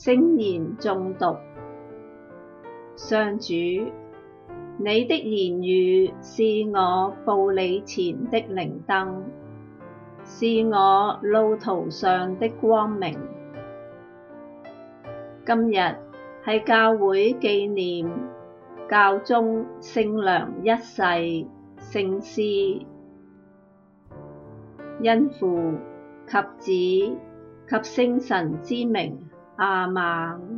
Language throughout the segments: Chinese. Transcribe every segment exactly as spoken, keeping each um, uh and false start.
聖言誦讀。上主，你的言語是我步履前的靈燈，是我路途上的光明。今日係教會紀念教宗聖良一世聖師，因父及子及聖神之名，阿們。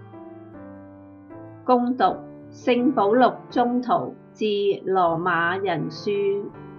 恭讀聖保祿宗徒致羅馬人書。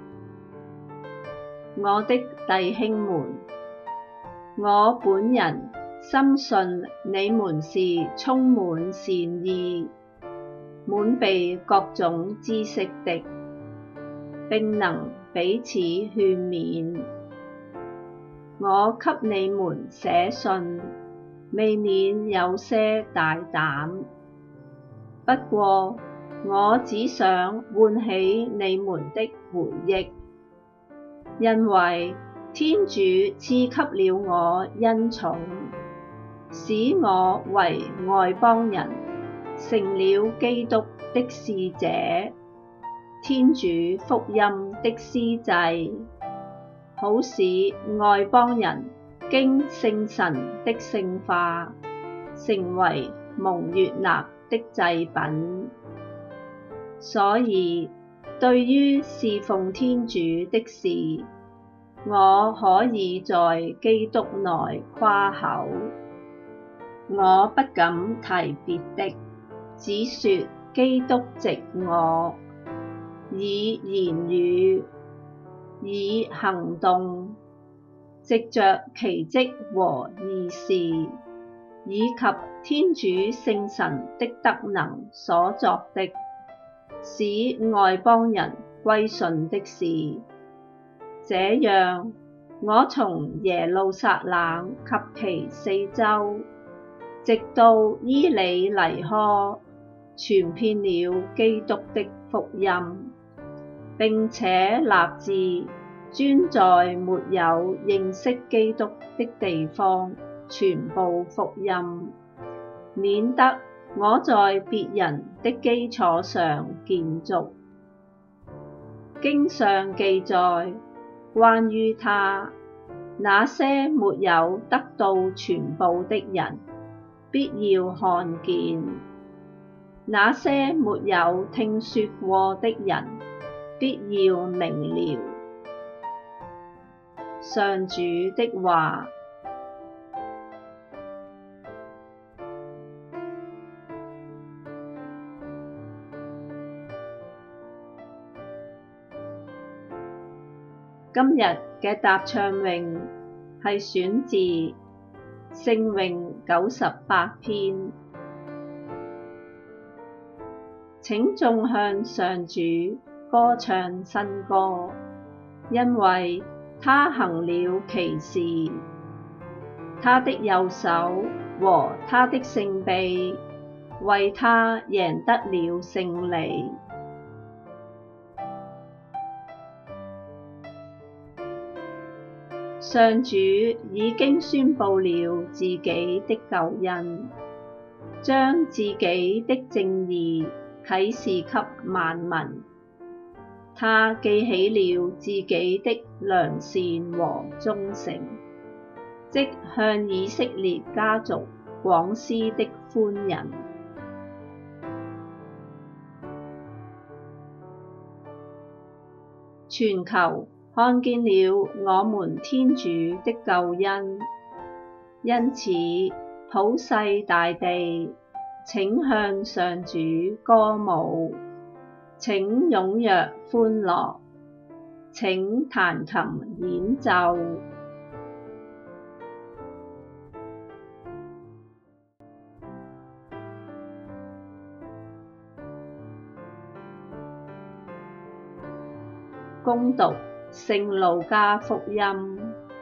我的弟兄們，我本人深信你們是充滿善意，滿備各種知識的，並能彼此勸勉。我給你們寫信，未免有些大膽，不過我只想喚起你們的回憶，因為天主賜給了我恩寵，使我為外邦人成了基督的使者，天主福音的司祭，好使外邦人經聖神的聖化，成為蒙悅納的祭品。所以對於事奉天主的事，我可以在基督內誇口。我不敢提別的，只說基督藉我，以言語，以行動，藉着奇蹟和異事，以及天主聖神的德能所作的，使外邦人歸信的事。這樣，我從耶路撒冷及其四周，直到伊里尼苛，傳遍了基督的福音，並且立志專在沒有認識基督的地方傳佈福音，免得我在別人的基礎上建築。經上記載，關於他，那些沒有得到傳報的人，必要看見；那些沒有聽說過的人，必要明了。上主的話。今日嘅答唱詠係選自聖詠九十八篇。請眾向上主歌唱新歌，因為他行了奇事，他的右手和他的聖臂為他贏得了勝利。上主已經宣佈了自己的救恩，將自己的正義啟示給萬民。他記起了自己的良善和忠誠，即向以色列家族廣施的寬仁。全球看見了我們天主的救恩，因此普世大地，請向上主歌舞，請踴躍歡樂，請彈琴演奏。恭讀聖路加福音。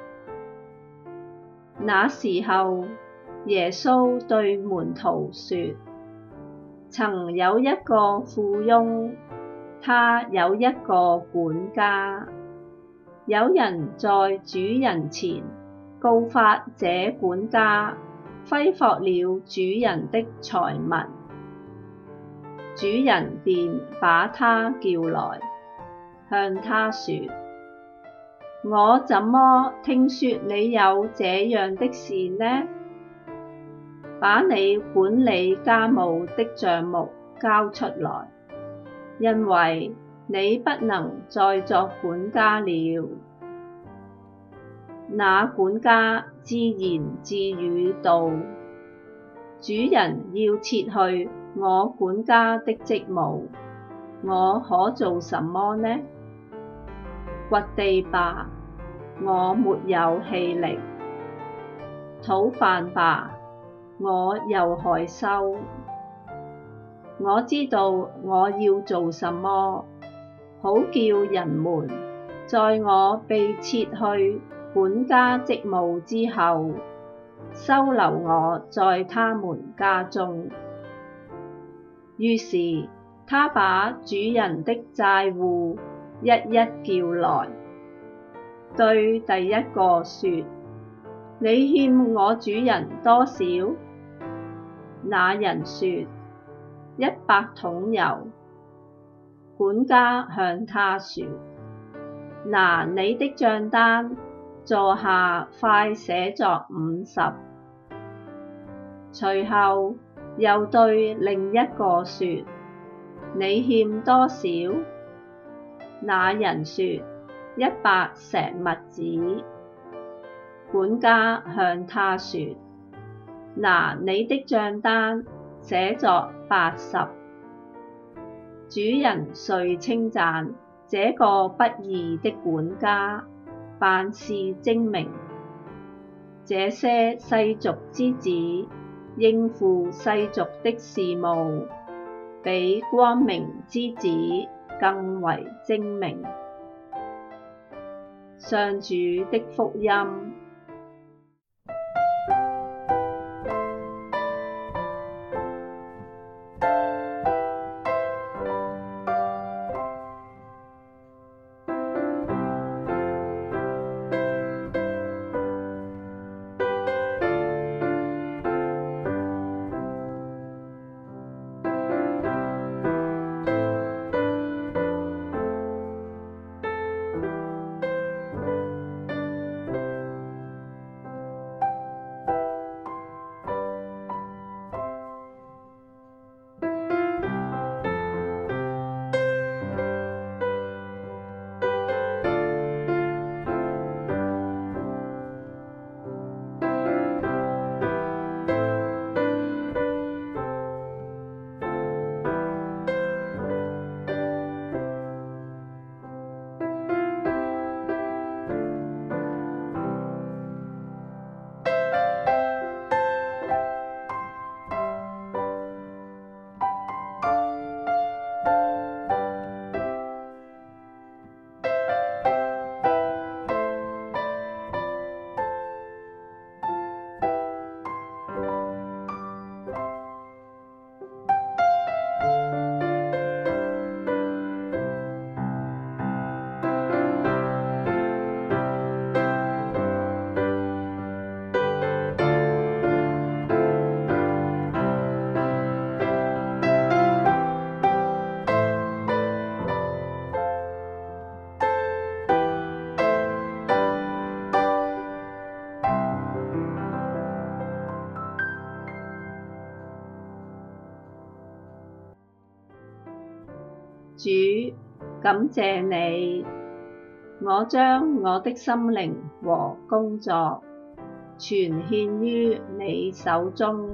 那時候，耶穌對門徒說：曾有一個富翁，他有一個管家。有人在主人前告發這管家， 揮霍了主人的財物。主人便把他叫來，向他說：我怎麼聽說你有這樣的事呢？把你管理家務的帳目交出來，因為你不能再作管家了。那管家自言自語道：主人要撤去我管家的職務，我可做什麼呢？掘地吧，我沒有氣力；討飯吧，我又害羞。我知道我要做什麼，好叫人們在我被撤去管家職務之後，收留我在他們家中。於是他把主人的債戶一一叫來，對第一個說：你欠我主人多少？那人說：一百桶油。管家向他說：拿你的帳單，坐下快寫作五十。隨後又對另一個說：你欠多少？那人說：一百石麥子。管家向他說：拿你的帳單，寫作八十。主人遂稱讚這個不義的管家，辦事精明。這些世俗之子應付世俗的事務，比光明之子更為精明。上主的福音。主，感謝你，我將我的心靈和工作全獻於你手中。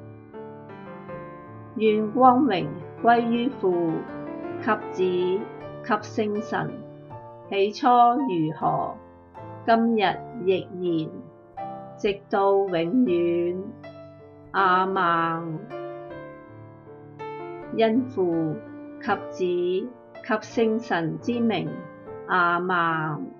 願光榮歸於父及子及聖神，起初如何，今日亦然，直到永遠。阿們。因父及子及聖神之名。阿們。